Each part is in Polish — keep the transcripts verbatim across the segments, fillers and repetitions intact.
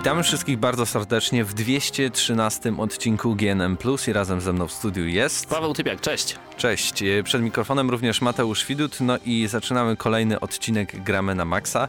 Witamy wszystkich bardzo serdecznie w dwieście trzynastym odcinku G N M plus i razem ze mną w studiu jest... Paweł Typiak, cześć. Cześć. Przed mikrofonem również Mateusz Widut, no i zaczynamy kolejny odcinek Gramy na Maxa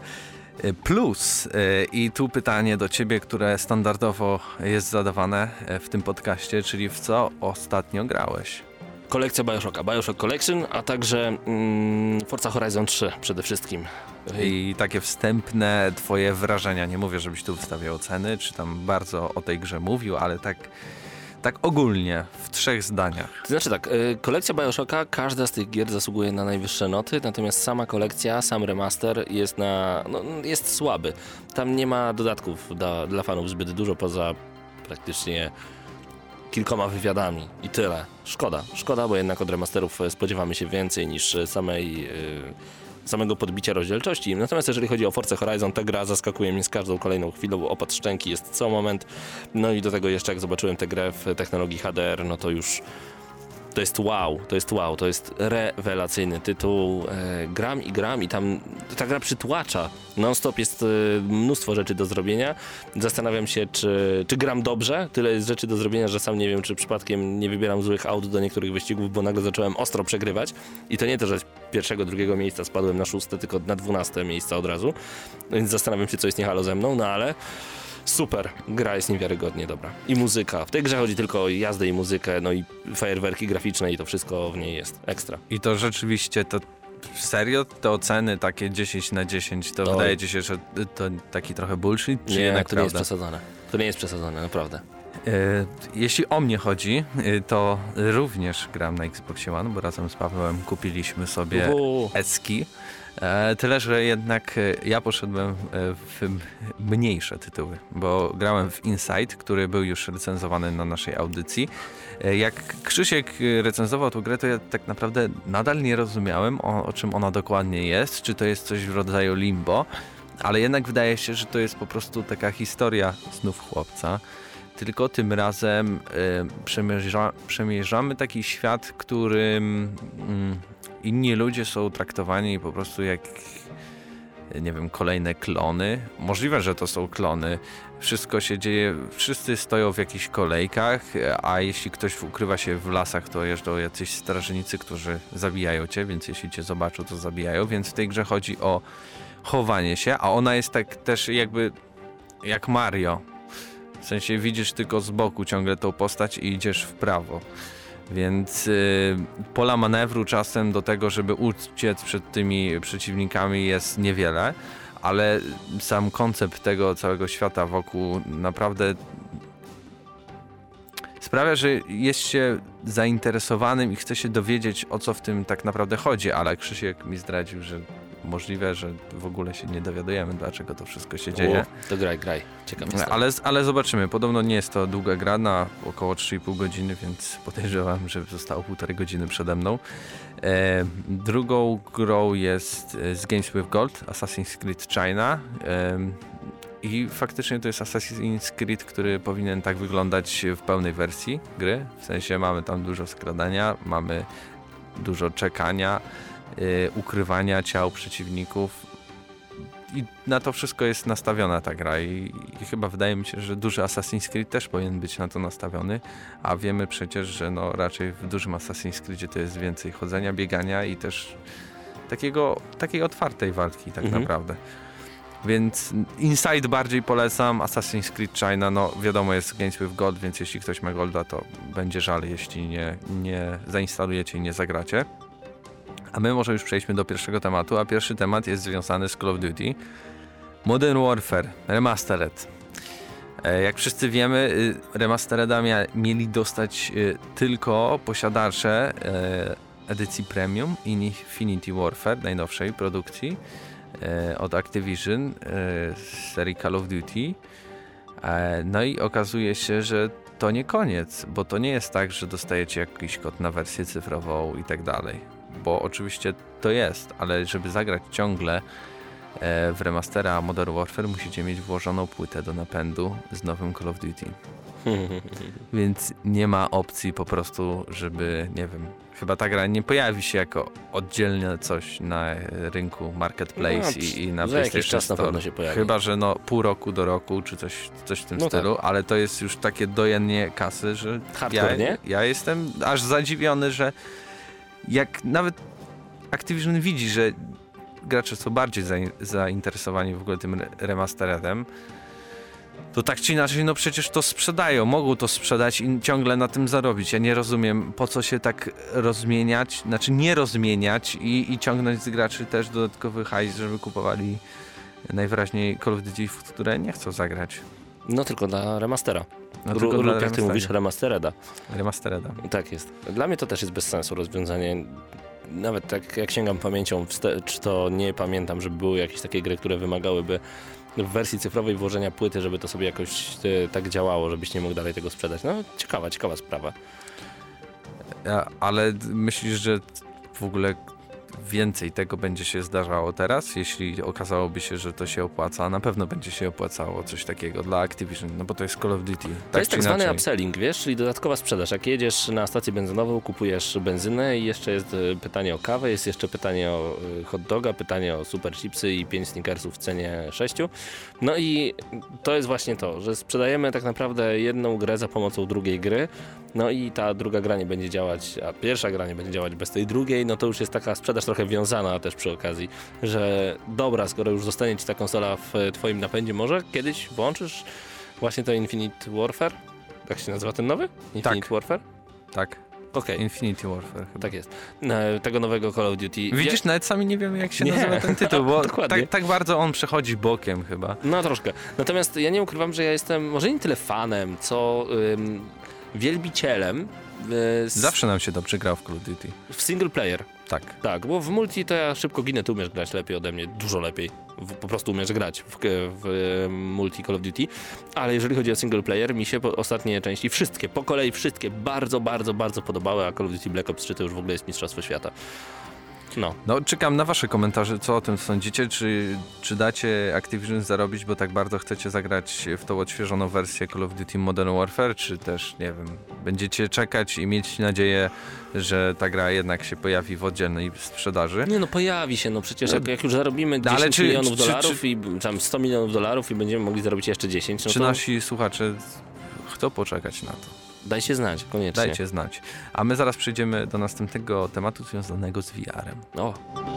Plus. I tu pytanie do ciebie, które standardowo jest zadawane w tym podcaście, czyli w co ostatnio grałeś? Kolekcja Bioshocka, Bioshock Collection, a także mm, Forza Horizon trzy przede wszystkim. I takie wstępne twoje wrażenia. Nie mówię, żebyś tu wstawiał oceny, czy tam bardzo o tej grze mówił, ale tak, tak ogólnie, w trzech zdaniach. To znaczy tak, y, kolekcja Bioshocka, każda z tych gier zasługuje na najwyższe noty, natomiast sama kolekcja, sam remaster jest na, no, jest słaby. Tam nie ma dodatków dla, dla fanów zbyt dużo, poza praktycznie kilkoma wywiadami i tyle. Szkoda, szkoda, bo jednak od remasterów spodziewamy się więcej niż samej, yy, samego podbicia rozdzielczości. Natomiast jeżeli chodzi o Forza Horizon, ta gra zaskakuje mnie z każdą kolejną chwilą. Opad szczęki jest co moment. No i do tego jeszcze jak zobaczyłem tę grę w technologii H D R, no to już to jest wow, to jest wow, to jest rewelacyjny tytuł. E, gram i gram i tam ta gra przytłacza. Non-stop jest e, mnóstwo rzeczy do zrobienia. Zastanawiam się, czy, czy gram dobrze. Tyle jest rzeczy do zrobienia, że sam nie wiem, czy przypadkiem nie wybieram złych aut do niektórych wyścigów, bo nagle zacząłem ostro przegrywać. I to nie to, że z pierwszego, drugiego miejsca spadłem na szóste, tylko na dwunaste miejsca od razu. Więc zastanawiam się, co jest nie halo ze mną, no ale super, gra jest niewiarygodnie dobra. I muzyka. W tej grze chodzi tylko o jazdę i muzykę, no i fajerwerki graficzne i to wszystko w niej jest ekstra. I to rzeczywiście, to serio? Te oceny takie dziesięć na dziesięć, to, to wydaje ci się, że to taki trochę bullshit? Czy nie, jednak to prawda? nie jest przesadzone. To nie jest przesadzone, naprawdę. Jeśli o mnie chodzi, to również gram na Xboxie One, bo razem z Pawłem kupiliśmy sobie Uhu. Eski. Tyle, że jednak ja poszedłem w mniejsze tytuły, bo grałem w Inside, który był już recenzowany na naszej audycji. Jak Krzysiek recenzował tę grę, to ja tak naprawdę nadal nie rozumiałem, o, o czym ona dokładnie jest, czy to jest coś w rodzaju Limbo, ale jednak wydaje się, że to jest po prostu taka historia snów chłopca. Tylko tym razem y, przemierza, przemierzamy taki świat, którym y, inni ludzie są traktowani po prostu jak, nie wiem, kolejne klony. Możliwe, że to są klony. Wszystko się dzieje, wszyscy stoją w jakichś kolejkach, a jeśli ktoś ukrywa się w lasach, to jeżdżą jacyś strażnicy, którzy zabijają cię, więc jeśli cię zobaczą, to zabijają. Więc w tej grze chodzi o chowanie się, a ona jest tak też jakby jak Mario. W sensie widzisz tylko z boku ciągle tą postać i idziesz w prawo. Więc y, pola manewru czasem do tego, żeby uciec przed tymi przeciwnikami jest niewiele, ale sam koncept tego całego świata wokół naprawdę sprawia, że jest się zainteresowanym i chce się dowiedzieć, o co w tym tak naprawdę chodzi, ale Krzysiek mi zdradził, że możliwe, że w ogóle się nie dowiadujemy, dlaczego to wszystko się dzieje. O, to graj, graj. Ciekawe jest. Ale, ale zobaczymy. Podobno nie jest to długa gra, na około trzy i pół godziny, więc podejrzewam, że zostało półtorej godziny przede mną. E, drugą grą jest z Games with Gold, Assassin's Creed China. E, I faktycznie to jest Assassin's Creed, który powinien tak wyglądać w pełnej wersji gry. W sensie mamy tam dużo skradania, mamy dużo czekania, Yy, ukrywania ciał przeciwników i na to wszystko jest nastawiona ta gra i, i chyba wydaje mi się, że duży Assassin's Creed też powinien być na to nastawiony, a wiemy przecież, że no raczej w dużym Assassin's Creedzie to jest więcej chodzenia, biegania i też takiego, takiej otwartej walki tak mhm. naprawdę. Więc Inside bardziej polecam, Assassin's Creed China, no wiadomo jest Games with Gold, więc jeśli ktoś ma Golda, to będzie żal, jeśli nie, nie zainstalujecie i nie zagracie. A my może już przejdźmy do pierwszego tematu, a pierwszy temat jest związany z Call of Duty. Modern Warfare Remastered. Jak wszyscy wiemy, Remastereda mia- mieli dostać tylko posiadacze edycji Premium Infinity Warfare, najnowszej produkcji od Activision z serii Call of Duty. No i okazuje się, że to nie koniec, bo to nie jest tak, że dostajecie jakiś kod na wersję cyfrową i tak dalej. Bo oczywiście to jest, ale żeby zagrać ciągle e, w remastera Modern Warfare musicie mieć włożoną płytę do napędu z nowym Call of Duty. Więc nie ma opcji po prostu, żeby, nie wiem, chyba ta gra nie pojawi się jako oddzielne coś na rynku Marketplace no, i, i na za jakiś PlayStation czas na Store. pewno się pojawi. Chyba, że no pół roku do roku, czy coś, coś w tym No stylu, tak. ale to jest już takie dojenie kasy, że Hardcore, ja, nie? ja jestem aż zadziwiony, że jak nawet Activision widzi, że gracze są bardziej zain- zainteresowani w ogóle tym re- remasteredem, to tak czy inaczej, no przecież to sprzedają, mogą to sprzedać i ciągle na tym zarobić. Ja nie rozumiem, po co się tak rozmieniać, znaczy nie rozmieniać i, i ciągnąć z graczy też dodatkowy hajs, żeby kupowali najwyraźniej Call of Duty, w które nie chcą zagrać. No tylko dla remastera. No, Ru- tylko lub dla jak ty remastera. mówisz, remastereda. Remastereda. Tak jest. Dla mnie to też jest bez sensu rozwiązanie. Nawet tak jak sięgam pamięcią wstecz, to nie pamiętam, żeby były jakieś takie gry, które wymagałyby w wersji cyfrowej włożenia płyty, żeby to sobie jakoś e, tak działało, żebyś nie mógł dalej tego sprzedać. No ciekawa, ciekawa sprawa. A, ale d- myślisz, że w ogóle więcej tego będzie się zdarzało teraz, jeśli okazałoby się, że to się opłaca? Na pewno będzie się opłacało coś takiego dla Activision, no bo to jest Call of Duty. To jest czy tak zwany inaczej. upselling, wiesz, czyli dodatkowa sprzedaż. Jak jedziesz na stację benzynową, kupujesz benzynę i jeszcze jest e, pytanie o kawę, jest jeszcze pytanie o e, hot doga, pytanie o super chipsy i pięć snickersów w cenie sześciu. No i to jest właśnie to, że sprzedajemy tak naprawdę jedną grę za pomocą drugiej gry, no i ta druga gra nie będzie działać, a pierwsza gra nie będzie działać bez tej drugiej, no to już jest taka sprzedaż trochę wiązana też przy okazji, że dobra, skoro już zostanie ci ta konsola w twoim napędzie, może kiedyś włączysz właśnie to Infinite Warfare? Tak się nazywa ten nowy? Infinite Tak. Warfare? Tak, Okej, Infinity Warfare chyba. tak jest. E, tego nowego Call of Duty. Widzisz, nawet sami nie wiemy, jak się Nie. nazywa ten tytuł, bo Dokładnie. tak, tak bardzo on przechodzi bokiem chyba. No troszkę. Natomiast ja nie ukrywam, że ja jestem może nie tyle fanem, co ym, wielbicielem y, s- Zawsze nam się dobrze grał w Call of Duty. w single player. Tak. Tak, bo w multi to ja szybko ginę, ty umiesz grać lepiej ode mnie, dużo lepiej. W, po prostu umiesz grać w, w em, multi Call of Duty, ale jeżeli chodzi o single player, mi się po, ostatnie części, wszystkie, po kolei wszystkie bardzo, bardzo, bardzo podobały, a Call of Duty Black Ops trzy to już w ogóle jest mistrzostwo świata. No. No, czekam na wasze komentarze, co o tym sądzicie, czy, czy dacie Activision zarobić, bo tak bardzo chcecie zagrać w tą odświeżoną wersję Call of Duty Modern Warfare, czy też, nie wiem, będziecie czekać i mieć nadzieję, że ta gra jednak się pojawi w oddzielnej sprzedaży. Nie no, pojawi się, no przecież jak, jak już zarobimy No, ale dziesięć czy- milionów czy- dolarów czy- i tam sto milionów dolarów i będziemy mogli zarobić jeszcze dziesięć, no czy to nasi słuchacze chcą poczekać na to? dajcie znać, koniecznie. Dajcie znać. A my zaraz przejdziemy do następnego tematu związanego z V R-em. O,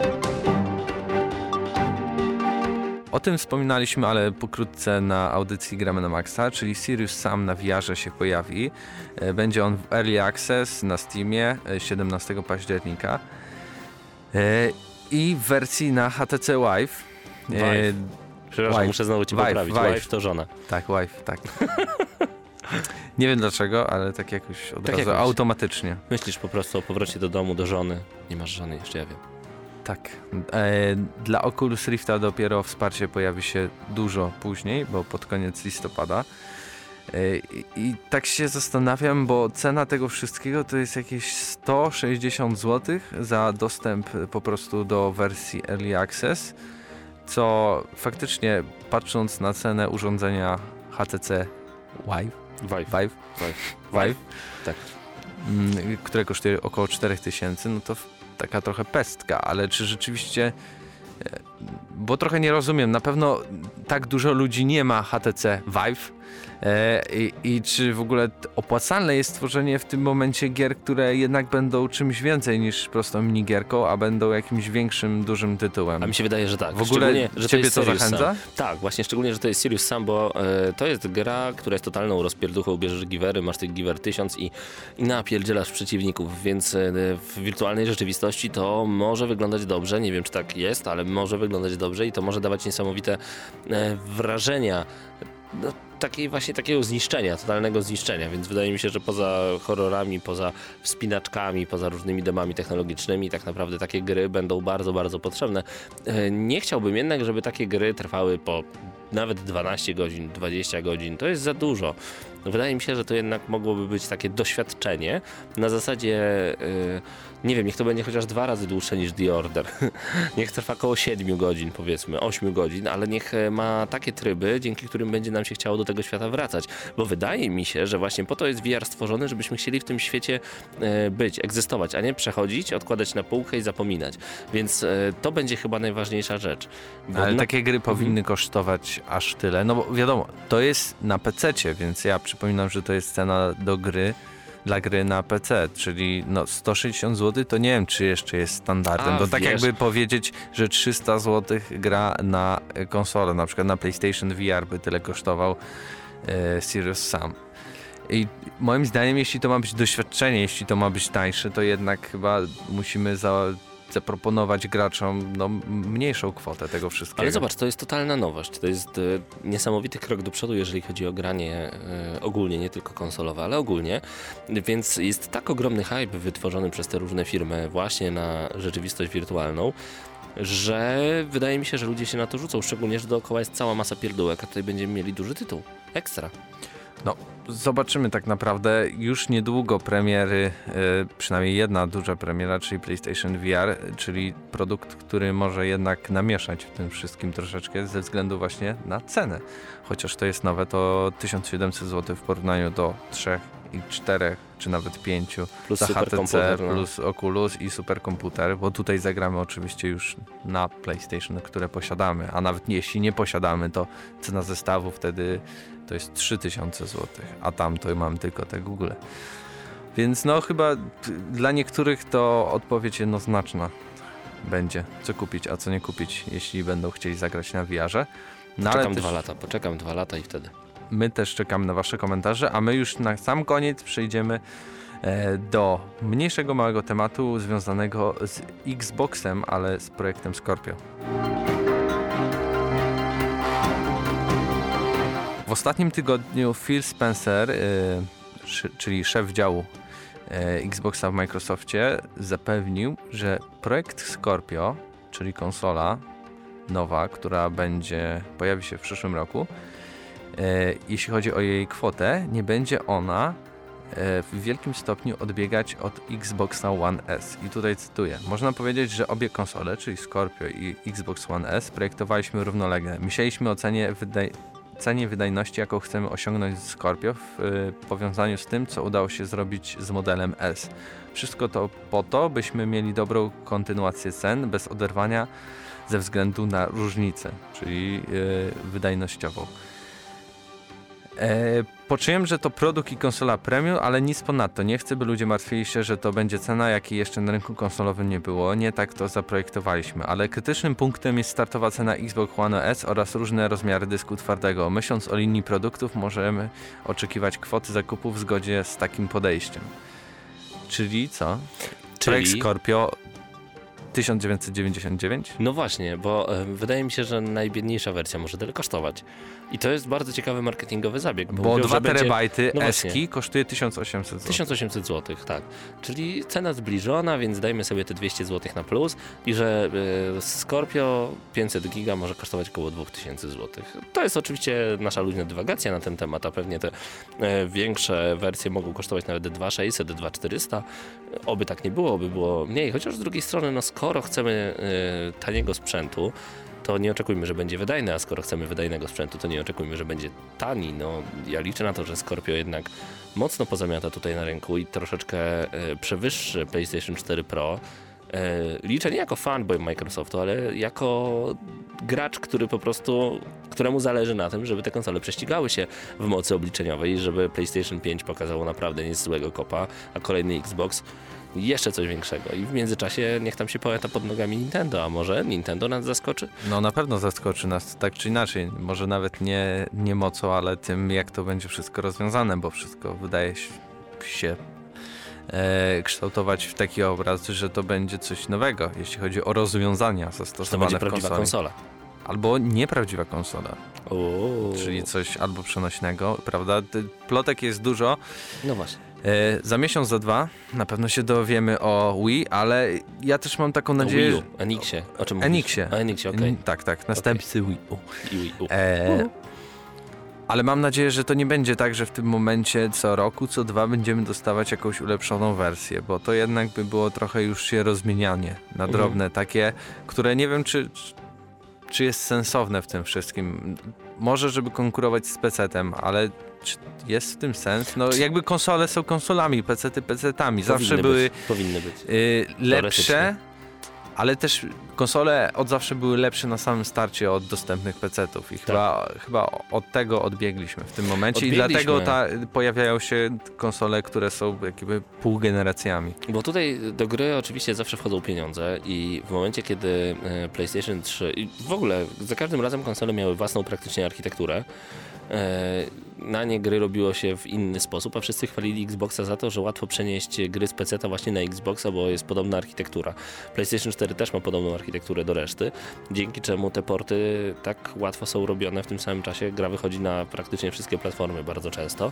O tym wspominaliśmy, ale pokrótce na audycji Gramy na Maxa, czyli Serious Sam na V R-ze się pojawi. E, Będzie on w Early Access na Steamie e, siedemnastego października E, i w wersji na H T C Vive. E, Vive. przepraszam, Vive. muszę znowu cię Vive, poprawić. Vive. Wife to żona. Tak, Vive, tak. Nie wiem dlaczego, ale tak jakoś od Tak razu jakoś. automatycznie. Myślisz po prostu o powrocie do domu, do żony. Nie masz żony, jeszcze ja wiem. Tak. E, dla Oculus Rifta dopiero wsparcie pojawi się dużo później, bo pod koniec listopada. E, i, I tak się zastanawiam, bo cena tego wszystkiego to jest jakieś sto sześćdziesiąt złotych za dostęp po prostu do wersji Early Access, co faktycznie patrząc na cenę urządzenia H T C Vive, Vive. Vive, Vive. Vive, Tak. mm, które kosztuje około cztery tysiące, no to w- taka trochę pestka, ale czy rzeczywiście, e, bo trochę nie rozumiem, na pewno tak dużo ludzi nie ma H T C Vive e, i, i czy w ogóle t- opłacalne jest stworzenie w tym momencie gier, które jednak będą czymś więcej niż prostą minigierką, a będą jakimś większym, dużym tytułem. A mi się wydaje, że tak. W ogóle Szczególnie, że to ciebie jest to Serious zachęca? Sam. Tak, właśnie szczególnie, że to jest Serious Sam, bo e, to jest gra, która jest totalną rozpierduchą. Bierzesz giwery, masz tych giwer tysiąc i, i napierdzielasz przeciwników, więc e, w wirtualnej rzeczywistości to może wyglądać dobrze. Nie wiem, czy tak jest, ale może wyglądać dobrze i to może dawać niesamowite e, wrażenia. No, takiej właśnie takiego zniszczenia, totalnego zniszczenia, więc wydaje mi się, że poza horrorami, poza wspinaczkami, poza różnymi demami technologicznymi, tak naprawdę takie gry będą bardzo, bardzo potrzebne. E, Nie chciałbym jednak, żeby takie gry trwały po nawet dwanaście godzin, dwadzieścia godzin. To jest za dużo. Wydaje mi się, że to jednak mogłoby być takie doświadczenie na zasadzie, yy, nie wiem, niech to będzie chociaż dwa razy dłuższe niż The Order. Niech trwa około siedmiu godzin, powiedzmy, ośmiu godzin, ale niech ma takie tryby, dzięki którym będzie nam się chciało do tego świata wracać. Bo wydaje mi się, że właśnie po to jest V R stworzony, żebyśmy chcieli w tym świecie yy, być, egzystować, a nie przechodzić, odkładać na półkę i zapominać. Więc yy, to będzie chyba najważniejsza rzecz. Bo Ale na... takie gry powinny kosztować aż tyle, no bo wiadomo, to jest na pececie, więc ja przypominam, że to jest cena do gry, dla gry na P C, czyli no sto sześćdziesiąt złotych to nie wiem, czy jeszcze jest standardem. A, to tak wiesz... jakby powiedzieć, że trzysta złotych gra na konsolę, na przykład na PlayStation V R by tyle kosztował e, Serious Sam. I moim zdaniem, jeśli to ma być doświadczenie, jeśli to ma być tańsze, to jednak chyba musimy za zaproponować graczom no, mniejszą kwotę tego wszystkiego. Ale zobacz, to jest totalna nowość. To jest y, niesamowity krok do przodu, jeżeli chodzi o granie y, ogólnie, nie tylko konsolowe, ale ogólnie. Więc jest tak ogromny hype wytworzony przez te różne firmy właśnie na rzeczywistość wirtualną, że wydaje mi się, że ludzie się na to rzucą, szczególnie, że dookoła jest cała masa pierdółek, a tutaj będziemy mieli duży tytuł. Ekstra. No, zobaczymy tak naprawdę. Już niedługo premiery, y, przynajmniej jedna duża premiera, czyli PlayStation V R, czyli produkt, który może jednak namieszać w tym wszystkim troszeczkę ze względu właśnie na cenę. Chociaż to jest nowe, to tysiąc siedemset złotych w porównaniu do trzech i czterech, czy nawet pięciu Plus za H T C, no. plus Oculus i superkomputer, bo tutaj zagramy oczywiście już na PlayStation, które posiadamy, a nawet jeśli nie posiadamy, to cena zestawu wtedy to jest trzy tysiące złotych, a tam to mam tylko te Google. Więc no chyba dla niektórych to odpowiedź jednoznaczna będzie, co kupić, a co nie kupić, jeśli będą chcieli zagrać na V R-ze. No, Poczekam ale dwa też lata, poczekam dwa lata i wtedy. my też czekamy na wasze komentarze, a my już na sam koniec przejdziemy e, do mniejszego, małego tematu związanego z Xboxem, ale z projektem Scorpio. W ostatnim tygodniu Phil Spencer, y, szy, czyli szef działu y, Xboxa w Microsoftie, zapewnił, że projekt Scorpio, czyli konsola nowa, która będzie pojawi się w przyszłym roku, y, jeśli chodzi o jej kwotę, nie będzie ona y, w wielkim stopniu odbiegać od Xboxa One S. I tutaj cytuję. Można powiedzieć, że obie konsole, czyli Scorpio i Xbox One S, projektowaliśmy równolegle. Myśleliśmy o cenie wydaj cenie wydajności, jaką chcemy osiągnąć z Scorpio w y, powiązaniu z tym, co udało się zrobić z modelem S. Wszystko to po to, byśmy mieli dobrą kontynuację cen bez oderwania ze względu na różnicę, czyli y, wydajnościową. E, poczułem, że to produkt i konsola premium, ale nic ponadto. Nie chcę, by ludzie martwili się, że to będzie cena, jakiej jeszcze na rynku konsolowym nie było. Nie tak to zaprojektowaliśmy, ale krytycznym punktem jest startowa cena Xbox One S oraz różne rozmiary dysku twardego. Myśląc o linii produktów, możemy oczekiwać kwoty zakupu w zgodzie z takim podejściem. Czyli co? Czyli... Projekt Scorpio tysiąc dziewięćset dziewięćdziesiąt dziewięć? No właśnie, bo e, wydaje mi się, że najbiedniejsza wersja może tyle kosztować. I to jest bardzo ciekawy marketingowy zabieg. Bo, Bo mówią, dwa terabajty będzie... no eski kosztuje tysiąc osiemset złotych. tysiąc osiemset złotych, tak. Czyli cena zbliżona, więc dajmy sobie te dwieście złotych na plus i że e, Scorpio pięćset giga może kosztować około dwa tysiące złotych. To jest oczywiście nasza luźna dywagacja na ten temat, a pewnie te e, większe wersje mogą kosztować nawet dwa tysiące sześćset, dwa tysiące czterysta. Oby tak nie było, oby było mniej. Chociaż z drugiej strony, no skoro chcemy e, taniego sprzętu, to nie oczekujmy, że będzie wydajny, a skoro chcemy wydajnego sprzętu, to nie oczekujmy, że będzie tani. No, ja liczę na to, że Scorpio jednak mocno pozamiata tutaj na rynku i troszeczkę e, przewyższy PlayStation cztery Pro. E, liczę nie jako fanboy Microsoftu, ale jako gracz, który po prostu, któremu zależy na tym, żeby te konsole prześcigały się w mocy obliczeniowej, żeby PlayStation pięć pokazało naprawdę nic złego kopa, a kolejny Xbox jeszcze coś większego. I w międzyczasie niech tam się poeta pod nogami Nintendo, a może Nintendo nas zaskoczy? No na pewno zaskoczy nas, tak czy inaczej. Może nawet nie, nie mocą, ale tym, jak to będzie wszystko rozwiązane, bo wszystko wydaje się e, kształtować w taki obraz, że to będzie coś nowego, jeśli chodzi o rozwiązania zastosowane to będzie w prawdziwa konsoli. konsola. Albo nieprawdziwa konsola. Uuu. Czyli coś albo przenośnego, prawda? Plotek jest dużo. No właśnie. E, za miesiąc, za dwa na pewno się dowiemy o Wii, ale ja też mam taką nadzieję... O Wii U, Enixie. O czym mówisz? Enixie. O Enixie, okej. Okay. Tak, tak. Następcy okay. Wii U. I Wii U. E, Ale mam nadzieję, że to nie będzie tak, że w tym momencie co roku, co dwa będziemy dostawać jakąś ulepszoną wersję, bo to jednak by było trochę już się rozmienianie na drobne mhm. takie, które nie wiem, czy, czy jest sensowne w tym wszystkim. Może, żeby konkurować z pecetem, ale czy jest w tym sens? No jakby konsole są konsolami, pecety pecetami. Zawsze powinny były być, powinny być. Y, lepsze, ale też konsole od zawsze były lepsze na samym starcie od dostępnych pecetów i tak. chyba, chyba od tego odbiegliśmy w tym momencie odbiegliśmy. I dlatego ta, pojawiają się konsole, które są jakby półgeneracjami. Bo tutaj do gry oczywiście zawsze wchodzą pieniądze i w momencie, kiedy PlayStation trzy i w ogóle za każdym razem konsole miały własną praktycznie architekturę, na nie gry robiło się w inny sposób, a wszyscy chwalili Xboxa za to, że łatwo przenieść gry z peceta właśnie na Xboxa, bo jest podobna architektura. PlayStation cztery też ma podobną architekturę do reszty, dzięki czemu te porty tak łatwo są robione w tym samym czasie. Gra wychodzi na praktycznie wszystkie platformy bardzo często.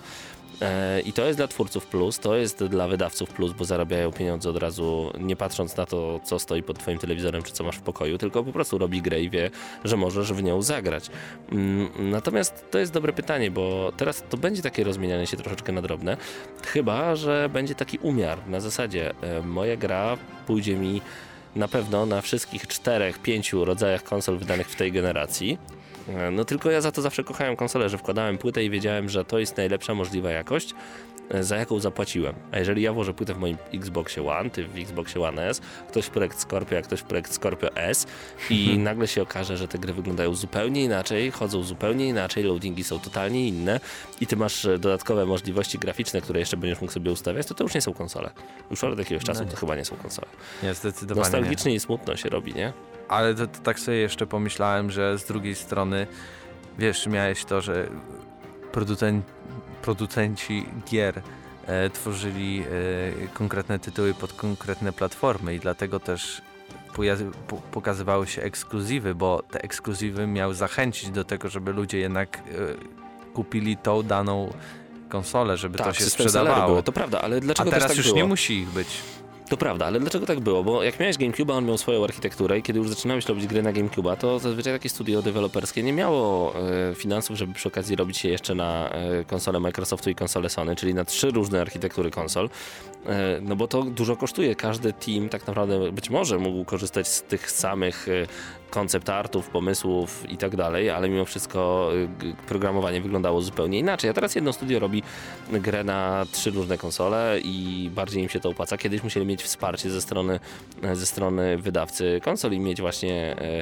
I to jest dla twórców plus, to jest dla wydawców plus, bo zarabiają pieniądze od razu, nie patrząc na to, co stoi pod twoim telewizorem, czy co masz w pokoju, tylko po prostu robi grę i wie, że możesz w nią zagrać. Natomiast to jest dobre pytanie, bo teraz to będzie takie rozmienianie się troszeczkę na drobne, chyba że będzie taki umiar na zasadzie moja gra pójdzie mi na pewno na wszystkich czterech, pięciu rodzajach konsol wydanych w tej generacji. No tylko ja za to zawsze kochałem konsolę, że wkładałem płytę i wiedziałem, że to jest najlepsza możliwa jakość, za jaką zapłaciłem. A jeżeli ja włożę płytę w moim Xboxie One, ty w Xboxie One S, ktoś w projekt Scorpio, a ktoś w projekt Scorpio S i nagle się okaże, że te gry wyglądają zupełnie inaczej, chodzą zupełnie inaczej, loadingi są totalnie inne i ty masz dodatkowe możliwości graficzne, które jeszcze będziesz mógł sobie ustawiać, to to już nie są konsole. Już od jakiegoś czasu no to chyba nie są konsole. Nie, zdecydowanie Nostalgicznie nie. I smutno się robi, nie? Ale to, to tak sobie jeszcze pomyślałem, że z drugiej strony, wiesz, miałeś to, że producen, producenci gier e, tworzyli e, konkretne tytuły pod konkretne platformy i dlatego też pojazy, po, pokazywały się ekskluzywy, bo te ekskluzywy miały zachęcić do tego, żeby ludzie jednak e, kupili tą daną konsolę, żeby tak, to się sprzedawało. Było, to prawda, ale dlaczego A teraz tak już było? nie musi ich być. To prawda, ale dlaczego tak było? Bo jak miałeś GameCube'a, on miał swoją architekturę i kiedy już zaczynałeś robić gry na GameCube'a, to zazwyczaj takie studio deweloperskie nie miało e, finansów, żeby przy okazji robić się jeszcze na e, konsolę Microsoftu i konsolę Sony, czyli na trzy różne architektury konsol. E, no bo to dużo kosztuje. Każdy team tak naprawdę być może mógł korzystać z tych samych e, koncept artów, pomysłów i tak dalej, ale mimo wszystko e, programowanie wyglądało zupełnie inaczej. A teraz jedno studio robi grę na trzy różne konsole i bardziej im się to opłaca. Kiedyś musieli mieć wsparcie ze strony, ze strony wydawcy konsoli, mieć właśnie e,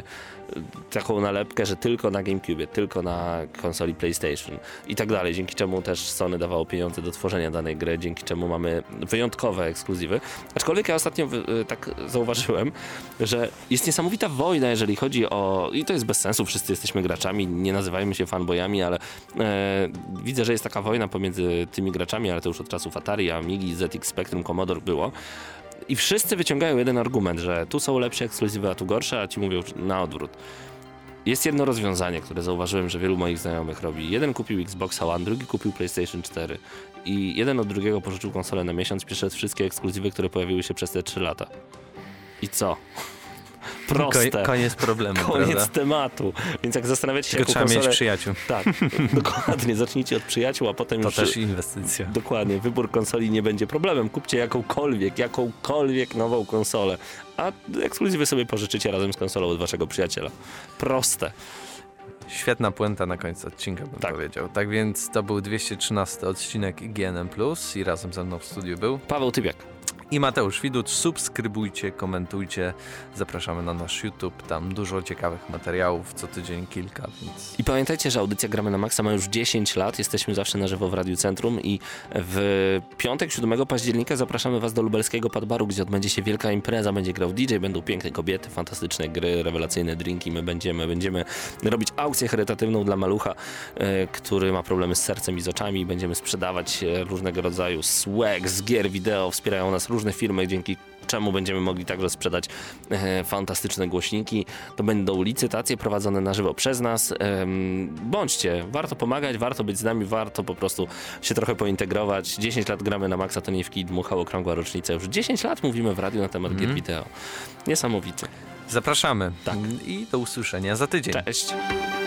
taką nalepkę, że tylko na GameCube, tylko na konsoli PlayStation i tak dalej, dzięki czemu też Sony dawało pieniądze do tworzenia danej gry, dzięki czemu mamy wyjątkowe ekskluzywy. Aczkolwiek ja ostatnio y, tak zauważyłem, że jest niesamowita wojna, jeżeli chodzi o... i to jest bez sensu, wszyscy jesteśmy graczami, nie nazywajmy się fanboyami, ale e, widzę, że jest taka wojna pomiędzy tymi graczami, ale to już od czasów Atari, Amigi, Z X Spectrum, Commodore było. I wszyscy wyciągają jeden argument, że tu są lepsze ekskluzywy, a tu gorsze, a ci mówią na odwrót. Jest jedno rozwiązanie, które zauważyłem, że wielu moich znajomych robi. Jeden kupił Xboxa One, drugi kupił PlayStation cztery i jeden od drugiego pożyczył konsolę na miesiąc, przeszedł wszystkie ekskluzywy, które pojawiły się przez te trzy lata. I co? Proste. Ko- koniec problemu, Koniec prawda? tematu. Więc jak zastanawiacie się, tylko trzeba konsolę... mieć przyjaciół. Tak, dokładnie. Zacznijcie od przyjaciół, a potem to już... To też inwestycja. Dokładnie. Wybór konsoli nie będzie problemem. Kupcie jakąkolwiek, jakąkolwiek nową konsolę, a ekskluzywy sobie pożyczycie razem z konsolą od waszego przyjaciela. Proste. Świetna puenta na końcu odcinka, bym tak. powiedział. Tak więc to był dwieście trzynasty odcinek G N M plus i razem ze mną w studiu był Paweł Tybiak i Mateusz Widut. Subskrybujcie, komentujcie, zapraszamy na nasz YouTube, tam dużo ciekawych materiałów, co tydzień kilka, więc... I pamiętajcie, że audycja Gramy na Maxa ma już dziesięć lat, jesteśmy zawsze na żywo w Radiu Centrum i w piątek, siódmego października zapraszamy was do lubelskiego Padbaru, gdzie odbędzie się wielka impreza, będzie grał D J, będą piękne kobiety, fantastyczne gry, rewelacyjne drinki, my będziemy, będziemy robić aukcję charytatywną dla malucha, e, który ma problemy z sercem i z oczami, będziemy sprzedawać różnego rodzaju swag z gier wideo, wspierają nas różne firmy, dzięki czemu będziemy mogli także sprzedać e, fantastyczne głośniki. To będą licytacje prowadzone na żywo przez nas. E, bądźcie, warto pomagać, warto być z nami, warto po prostu się trochę pointegrować. dziesięć lat gramy na maksa, to nie w kij dmuchał, okrągła rocznica. Już dziesięć lat mówimy w radiu na temat mm. gier wideo. Niesamowite. Zapraszamy. Tak. I do usłyszenia za tydzień. Cześć.